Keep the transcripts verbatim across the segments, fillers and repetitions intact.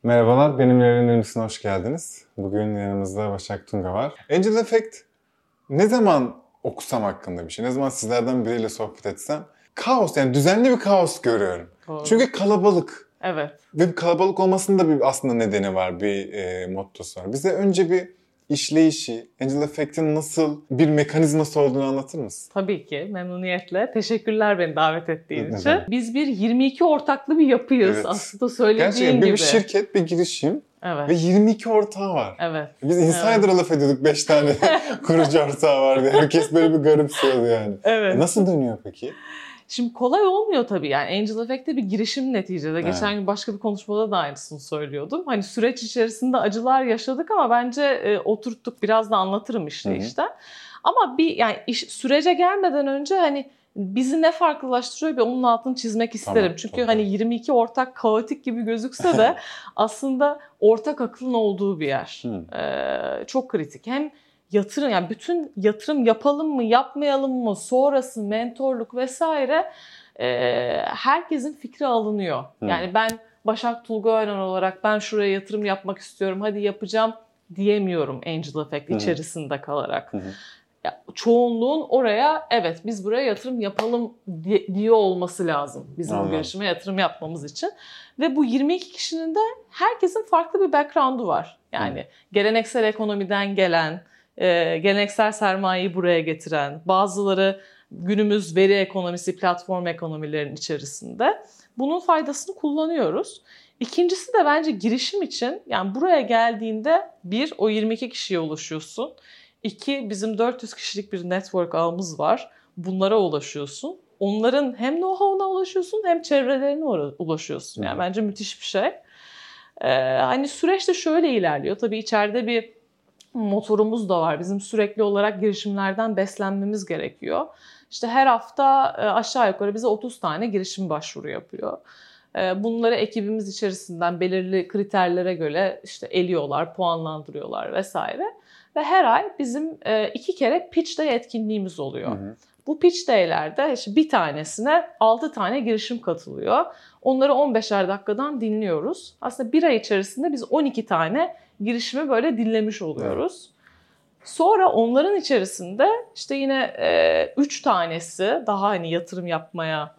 Merhabalar, benim Yayın Ünlüsü'ne hoş geldiniz. Bugün yanımızda Başak Tunga var. Angel Effect ne zaman okusam hakkında bir şey, ne zaman sizlerden biriyle sohbet etsem kaos, yani düzenli bir kaos görüyorum. Doğru. Çünkü kalabalık. Evet. Ve kalabalık olmasının da bir aslında nedeni var, bir e, mottosu var. Bize önce bir işleyişi, Angel Effect'in nasıl bir mekanizması olduğunu anlatır mısın? Tabii ki, memnuniyetle. Teşekkürler beni davet ettiğin için. Biz bir yirmi iki ortaklı bir yapıyız, evet. Aslında söylediğin Gerçekten gibi. Gerçekten bir şirket, bir girişim. Evet. Ve yirmi iki ortağı var. Evet. Biz insider'a evet. laf ediyorduk, beş tane kurucu ortağı var diye. Herkes böyle bir garipsiyordu yani. Evet. Nasıl dönüyor peki? Şimdi kolay olmuyor tabii, yani Angel Effect'te bir girişim neticede. Evet. Geçen gün başka bir konuşmada da aynısını söylüyordum. Hani süreç içerisinde acılar yaşadık ama bence e, oturttuk, biraz da anlatırım işte Hı-hı. işte. Ama bir yani iş, sürece gelmeden önce hani bizi ne farklılaştırıyor bir onun altını çizmek isterim. Tamam, Çünkü tamam. hani yirmi iki ortak kaotik gibi gözükse de aslında ortak akılın olduğu bir yer. Ee, çok kritik. Hem yatırım, yani bütün yatırım yapalım mı yapmayalım mı, sonrası mentorluk vesaire e, herkesin fikri alınıyor. Hmm. Yani ben Başak Tulga Ören olarak ben şuraya yatırım yapmak istiyorum, hadi yapacağım diyemiyorum Angel Effect hmm. içerisinde kalarak. Hmm. Ya, çoğunluğun oraya evet biz buraya yatırım yapalım diye, diye olması lazım bizim Anladım. Bu girişime yatırım yapmamız için. Ve bu yirmi iki kişinin de herkesin farklı bir background'u var. Yani hmm. geleneksel ekonomiden gelen, e, geleneksel sermayeyi buraya getiren, bazıları günümüz veri ekonomisi, platform ekonomilerin içerisinde. Bunun faydasını kullanıyoruz. İkincisi de bence girişim için, yani buraya geldiğinde bir, o yirmi iki kişiye ulaşıyorsun. İki, bizim dört yüz kişilik bir network ağımız var. Bunlara ulaşıyorsun. Onların hem know-how'una ulaşıyorsun hem çevrelerine ulaşıyorsun. Yani bence müthiş bir şey. Ee, hani süreç de şöyle ilerliyor. Tabii içeride bir motorumuz da var. Bizim sürekli olarak girişimlerden beslenmemiz gerekiyor. İşte her hafta aşağı yukarı bize otuz tane girişim başvuru yapıyor. Bunları ekibimiz içerisinden belirli kriterlere göre işte eliyorlar, puanlandırıyorlar vesaire. Ve her ay bizim iki kere pitch day etkinliğimiz oluyor. Hı hı. Bu pitch day'lerde işte bir tanesine altı tane girişim katılıyor. Onları on beşer dakikadan dinliyoruz. Aslında bir ay içerisinde biz on iki tane girişimi böyle dinlemiş oluyoruz. Evet. Sonra onların içerisinde işte yine üç tanesi daha hani yatırım yapmaya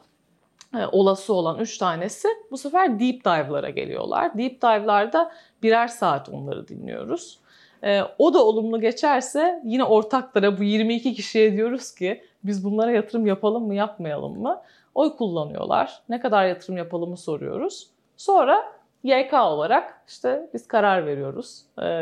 olası olan üç tanesi bu sefer deep dive'lara geliyorlar. Deep dive'larda birer saat onları dinliyoruz. Ee, o da olumlu geçerse yine ortaklara, bu yirmi iki kişiye diyoruz ki biz bunlara yatırım yapalım mı yapmayalım mı? Oy kullanıyorlar. Ne kadar yatırım yapalımı soruyoruz. Sonra Y K olarak işte biz karar veriyoruz.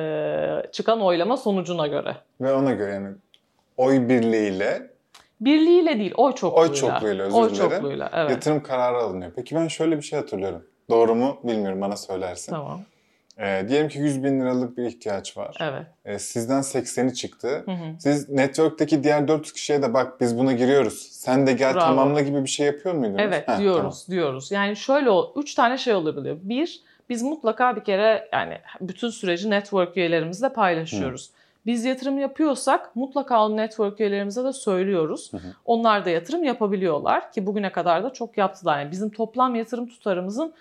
Ee, çıkan oylama sonucuna göre. Ve ona göre yani oy birliğiyle Birliğiyle değil, oy çokluğuyla. Oy çokluğuyla, özür oy dilerim. Çokluğuyla, evet. Yatırım kararı alınıyor. Peki ben şöyle bir şey hatırlıyorum. Doğru mu bilmiyorum, bana söylersin. Tamam. Ee, diyelim ki yüz bin liralık bir ihtiyaç var. Evet. Ee, sizden sekseni çıktı. Hı hı. Siz network'teki diğer dört yüz kişiye de bak biz buna giriyoruz, sen de gel Bravo. tamamla gibi bir şey yapıyor muydunuz? Evet Heh, diyoruz tamam. diyoruz. Yani şöyle üç tane şey olabiliyor. Bir, biz mutlaka bir kere yani bütün süreci network üyelerimizle paylaşıyoruz. Hı. Biz yatırım yapıyorsak mutlaka o network üyelerimize de söylüyoruz. Hı hı. Onlar da yatırım yapabiliyorlar ki bugüne kadar da çok yaptılar. Yani bizim toplam yatırım tutarımızın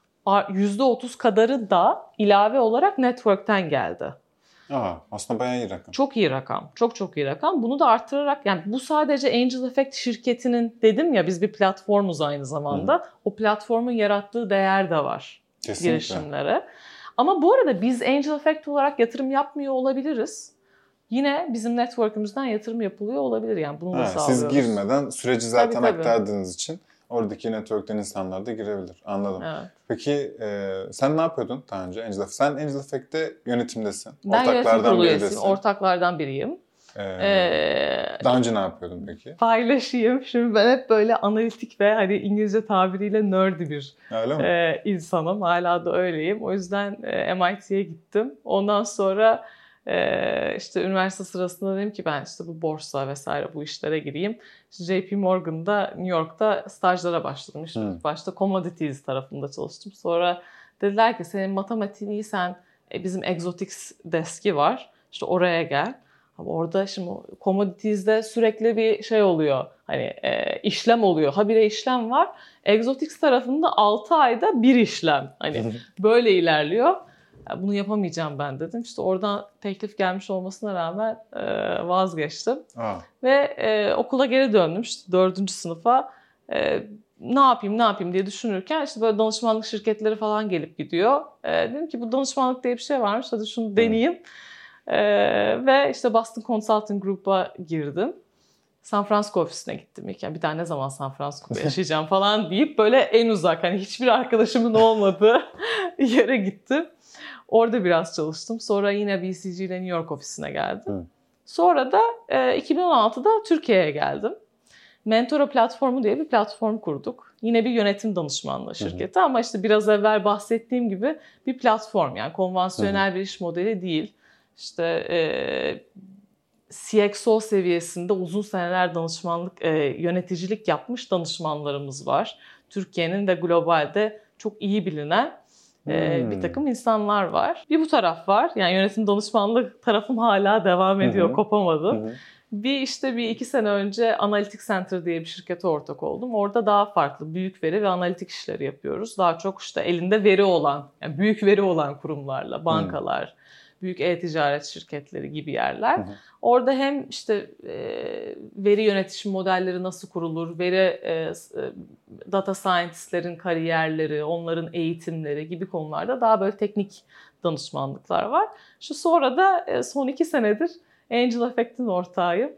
yüzde otuz kadarı da ilave olarak network'ten geldi. Aa, aslında bayağı iyi rakam. Çok iyi rakam. Çok çok iyi rakam. Bunu da arttırarak, yani bu sadece Angel Effect şirketinin, dedim ya biz bir platformuz aynı zamanda. Hı. O platformun yarattığı değer de var. Kesinlikle. Girişimlere. Ama bu arada biz Angel Effect olarak yatırım yapmıyor olabiliriz. Yine bizim network'ümüzden yatırım yapılıyor olabilir. Yani bunu da ha, sağlıyoruz. Siz girmeden süreci zaten tabii, tabii. aktardığınız için oradaki network'ten insanlar da girebilir. Anladım. Evet. Peki e, sen ne yapıyordun daha önce Angel Effect? Sen Angel Effect'te yönetimdesin. Ben yönetim kurulu üyesiyim. Ortaklardan biriyim. Ee, ee, daha önce ne yapıyordun peki? Paylaşayım. Şimdi ben hep böyle analitik ve hani İngilizce tabiriyle nerdy bir e, insanım. Hala da öyleyim. O yüzden e, M I T'ye gittim. Ondan sonra e, işte üniversite sırasında dedim ki ben işte bu borsa vesaire bu işlere gireyim. İşte J P Morgan'da New York'ta stajlara başladım. İşte hmm. başta commodities tarafında çalıştım. Sonra dediler ki senin matematiğin iyi, sen e, bizim Exotics deski var. İşte oraya gel. Ama orada şimdi commodities'de sürekli bir şey oluyor. Hani e, işlem oluyor. Habire işlem var. Exotics tarafında altı ayda bir işlem. Hani böyle ilerliyor. Ya bunu yapamayacağım ben dedim. İşte oradan teklif gelmiş olmasına rağmen e, vazgeçtim. Aa. Ve e, okula geri döndüm. İşte dördüncü sınıfa. E, ne yapayım ne yapayım diye düşünürken işte böyle danışmanlık şirketleri falan gelip gidiyor. E, dedim ki bu danışmanlık diye bir şey varmış. Hadi şunu deneyeyim. E, ve işte Boston Consulting Group'a girdim. San Francisco ofisine gittim ilk. Yani bir daha ne zaman San Francisco'da yaşayacağım falan deyip böyle en uzak, hani hiçbir arkadaşımın olmadığı yere gittim. Orada biraz çalıştım. Sonra yine B C G ile New York ofisine geldim. Hı. Sonra da e, iki bin on altıda Türkiye'ye geldim. Mentoro platformu diye bir platform kurduk. Yine bir yönetim danışmanlığı şirketi, hı hı. ama işte biraz evvel bahsettiğim gibi bir platform. Yani konvansiyonel, hı hı. bir iş modeli değil. İşte e, C X O seviyesinde uzun seneler danışmanlık, e, yöneticilik yapmış danışmanlarımız var. Türkiye'nin ve globalde çok iyi bilinen e, hmm. bir takım insanlar var. Bir bu taraf var. Yani yönetim danışmanlık tarafım hala devam ediyor, hı hı. kopamadım. Hı hı. Bir işte bir iki sene önce Analytic Center diye bir şirkete ortak oldum. Orada daha farklı büyük veri ve analitik işleri yapıyoruz. Daha çok işte elinde veri olan, yani büyük veri olan kurumlarla, bankalar, hmm. büyük e-ticaret şirketleri gibi yerler. Hı hı. Orada hem işte e, veri yönetişim modelleri nasıl kurulur, veri e, data scientistlerin kariyerleri, onların eğitimleri gibi konularda daha böyle teknik danışmanlıklar var. Şu sonra da e, son iki senedir Angel Effect'in ortağıyım.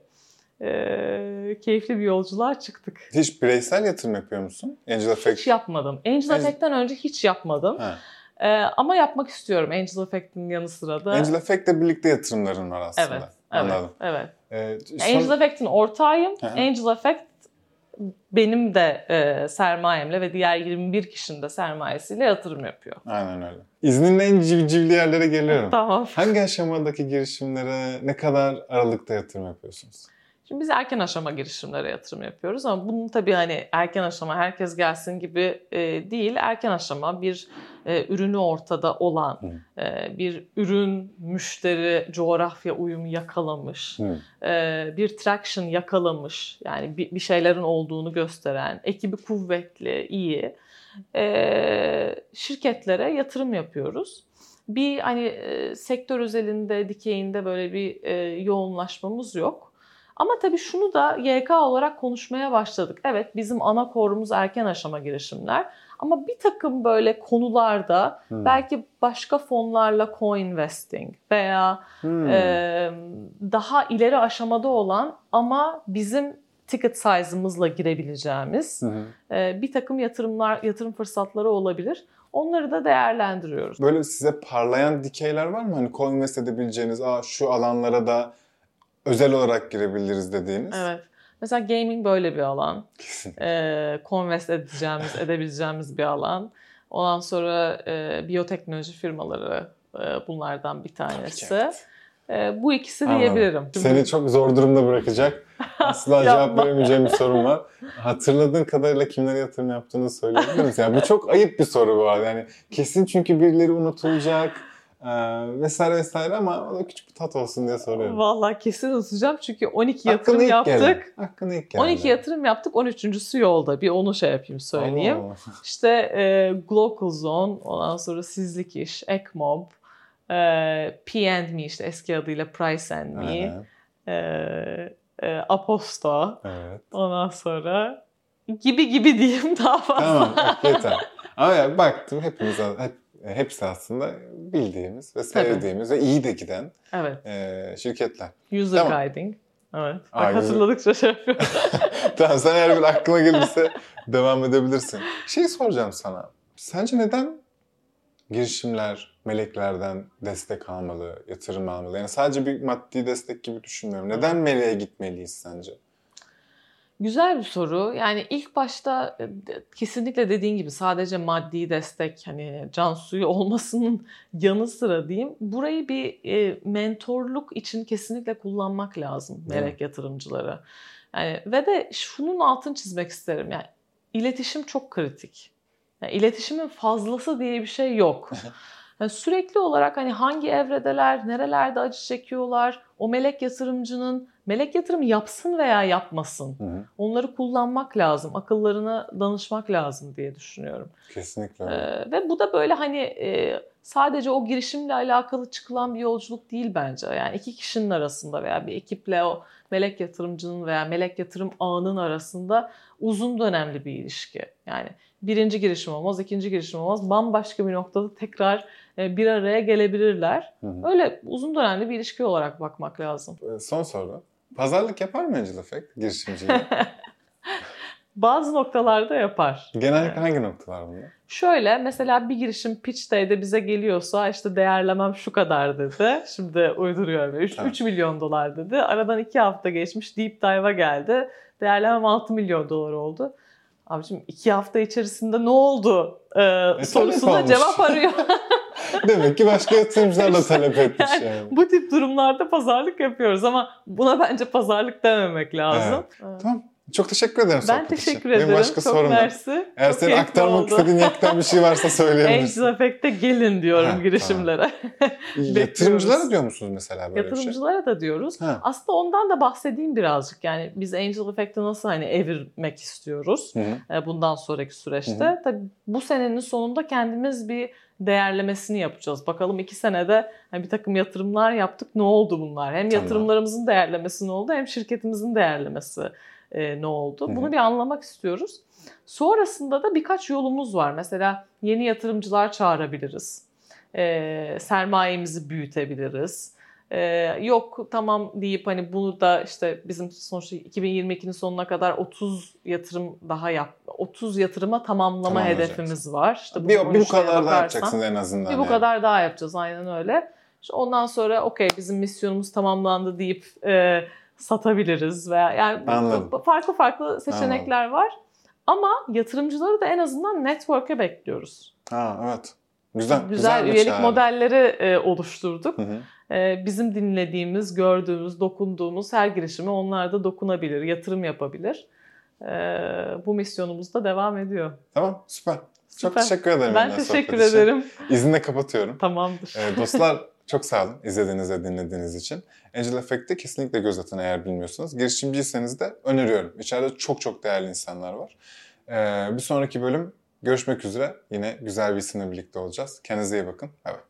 E, keyifli bir yolculuğa çıktık. Hiç bireysel yatırım yapıyor musun? Angel Effect? Hiç yapmadım. Angel Ang- Effect'ten önce hiç yapmadım. Ha. Ee, ama yapmak istiyorum Angel Effect'in yanı sıra da. Angel Effect'le birlikte yatırımların var aslında. Evet, Anladım. evet. evet. Ee, son... Angel Effect'in ortağıyım. Hı-hı. Angel Effect benim de e, sermayemle ve diğer yirmi bir kişinin de sermayesiyle yatırım yapıyor. Aynen öyle. İzninle en civcivli yerlere geliyorum. Tamam. Hangi aşamadaki girişimlere ne kadar aralıkta yatırım yapıyorsunuz? Şimdi biz erken aşama girişimlere yatırım yapıyoruz ama bunun tabii hani erken aşama herkes gelsin gibi e, değil. Erken aşama bir e, ürünü ortada olan, e, bir ürün, müşteri, coğrafya uyumu yakalamış, e, bir traction yakalamış, yani bir, bir şeylerin olduğunu gösteren, ekibi kuvvetli, iyi e, şirketlere yatırım yapıyoruz. Bir hani e, sektör özelinde, dikeyinde böyle bir e, yoğunlaşmamız yok. Ama tabii şunu da Y K olarak konuşmaya başladık. Evet, bizim ana korumuz erken aşama girişimler. Ama bir takım böyle konularda hmm. belki başka fonlarla co-investing veya hmm. e, daha ileri aşamada olan ama bizim ticket size'ımızla girebileceğimiz hmm. e, bir takım yatırımlar, yatırım fırsatları olabilir. Onları da değerlendiriyoruz. Böyle size parlayan dikeyler var mı? Hani co-invest edebileceğiniz, Aa, şu alanlara da özel olarak girebiliriz dediğiniz. Evet. Mesela gaming böyle bir alan. Ee, Convest edeceğimiz, edebileceğimiz bir alan. Ondan sonra e, biyoteknoloji firmaları e, bunlardan bir tanesi. Evet. E, bu ikisi Anladım. diyebilirim. Seni çok zor durumda bırakacak. Asla cevap veremeyeceğim bir sorun var. Hatırladığın kadarıyla kimlere yatırım yaptığını söyleyebilir misin? Yani bu çok ayıp bir soru bu arada. Yani kesin çünkü birileri unutulacak. Ee, vesaire vesaire ama o da küçük bir tat olsun diye soruyorum. Vallahi kesin unutacağım çünkü on iki yatırım yaptık. Hakkını ilk geldi. on iki yatırım yaptık, on üçüncüsü yolda. Bir onu şey yapayım söyleyeyim. Allah. İşte e, Glocal Zone, ondan sonra Sizlik İş, Ekmob, e, P and Me işte eski adıyla Price and Me, e, e, Aposto, evet. Ondan sonra gibi gibi diyeyim daha fazla. Tamam, yeter. Ama ya, baktım hepimiz hep hepsi aslında bildiğimiz ve sevdiğimiz Tabii. ve iyi de giden evet. e, şirketler. User tamam. guiding. Evet. Bak Aa, hatırladıkça şey yapıyorum. Tamam, sen eğer bir aklına gelirse devam edebilirsin. Şey soracağım sana. Sence neden girişimler meleklerden destek almalı, yatırım almalı? Yani sadece bir maddi destek gibi düşünmüyorum. Neden meleğe gitmeliyiz sence? Güzel bir soru. Yani ilk başta kesinlikle dediğin gibi sadece maddi destek, hani can suyu olmasının yanı sıra diyeyim, burayı bir e, mentorluk için kesinlikle kullanmak lazım melek hmm. yatırımcıları. Yani ve de şunun altını çizmek isterim. Yani iletişim çok kritik. Yani iletişimin fazlası diye bir şey yok. Yani sürekli olarak hani hangi evredeler, nerelerde acı çekiyorlar, o melek yatırımcının melek yatırım yapsın veya yapmasın. Hı hı. Onları kullanmak lazım, akıllarına danışmak lazım diye düşünüyorum. Kesinlikle. Ee, ve bu da böyle hani e, sadece o girişimle alakalı çıkılan bir yolculuk değil bence. Yani iki kişinin arasında veya bir ekiple o melek yatırımcının veya melek yatırım ağının arasında uzun dönemli bir ilişki. Yani birinci girişim olmaz, ikinci girişim olmaz. Bambaşka bir noktada tekrar e, bir araya gelebilirler. Hı hı. Öyle uzun dönemli bir ilişki olarak bakmak lazım. Son soru. Pazarlık yapar mı Angel Effect girişimciyle? Bazı noktalarda yapar. Genellikle hangi noktalar bunlar? Şöyle mesela bir girişim pitch day'de bize geliyorsa işte değerlemem şu kadar dedi. Şimdi uyduruyorum. üç Evet. milyon dolar dedi. Aradan iki hafta geçmiş, deep dive'a geldi. Değerlemem altı milyon dolar oldu. Abi şimdi iki hafta içerisinde ne oldu ee, E, sorusuna talep cevap arıyor. Demek ki başka yatırımcılar da talep etmiş yani. Yani bu tip durumlarda pazarlık yapıyoruz ama buna bence pazarlık dememek lazım. Evet. Tamam. Çok teşekkür ederim Ben sohbet için. teşekkür Benim ederim. başka Çok sorum yok. mersi. Eğer Çok senin keyifli aktarmak oldu. istediğin yaktan bir şey varsa söyleyebilirsin. Angel Effect'te gelin diyorum Ha, girişimlere. Yatırımcılara diyor musunuz mesela böyle Yatırımcılara bir şey? da diyoruz. Ha. Aslında ondan da bahsedeyim birazcık. Yani biz Angel Effect'i nasıl hani evirmek istiyoruz Hı hı. bundan sonraki süreçte. Hı hı. Tabii bu senenin sonunda kendimiz bir değerlemesini yapacağız. Bakalım iki senede hani bir takım yatırımlar yaptık. Ne oldu bunlar? Hem Tamam. yatırımlarımızın değerlemesi ne oldu hem şirketimizin değerlemesi e, ne oldu? Hı hı. Bunu bir anlamak istiyoruz. Sonrasında da birkaç yolumuz var. Mesela yeni yatırımcılar çağırabiliriz. E, sermayemizi büyütebiliriz. Ee, yok tamam deyip hani bunu da işte bizim sonuçta iki bin yirmi ikinin sonuna kadar otuz yatırım daha yap, otuz yatırıma tamamlama hedefimiz var. İşte bu bir, bir bu konuşmaya kadar da bakarsan, yapacaksınız en azından. Bir bu yani. kadar daha yapacağız aynen öyle. İşte ondan sonra okey bizim misyonumuz tamamlandı deyip e, satabiliriz veya yani Anladım. farklı farklı seçenekler Anladım. var. Ama yatırımcıları da en azından network'e bekliyoruz. Ha evet. Güzel. Güzel bir üyelik çağrı. modelleri e, oluşturduk. Hı hı. E, bizim dinlediğimiz, gördüğümüz, dokunduğumuz her girişime onlar da dokunabilir, yatırım yapabilir. E, bu misyonumuz da devam ediyor. Tamam süper. Çok Süper. teşekkür ederim. Ben teşekkür ederim. İzinle kapatıyorum. Tamamdır. Ee, dostlar çok sağ olun izlediğiniz ve dinlediğiniz için. Angel Effect'te kesinlikle göz atın eğer bilmiyorsanız. Girişimciyseniz de öneriyorum. İçeride çok çok değerli insanlar var. Ee, bir sonraki bölüm görüşmek üzere. Yine güzel bir isimle birlikte olacağız. Kendinize iyi bakın. Evet.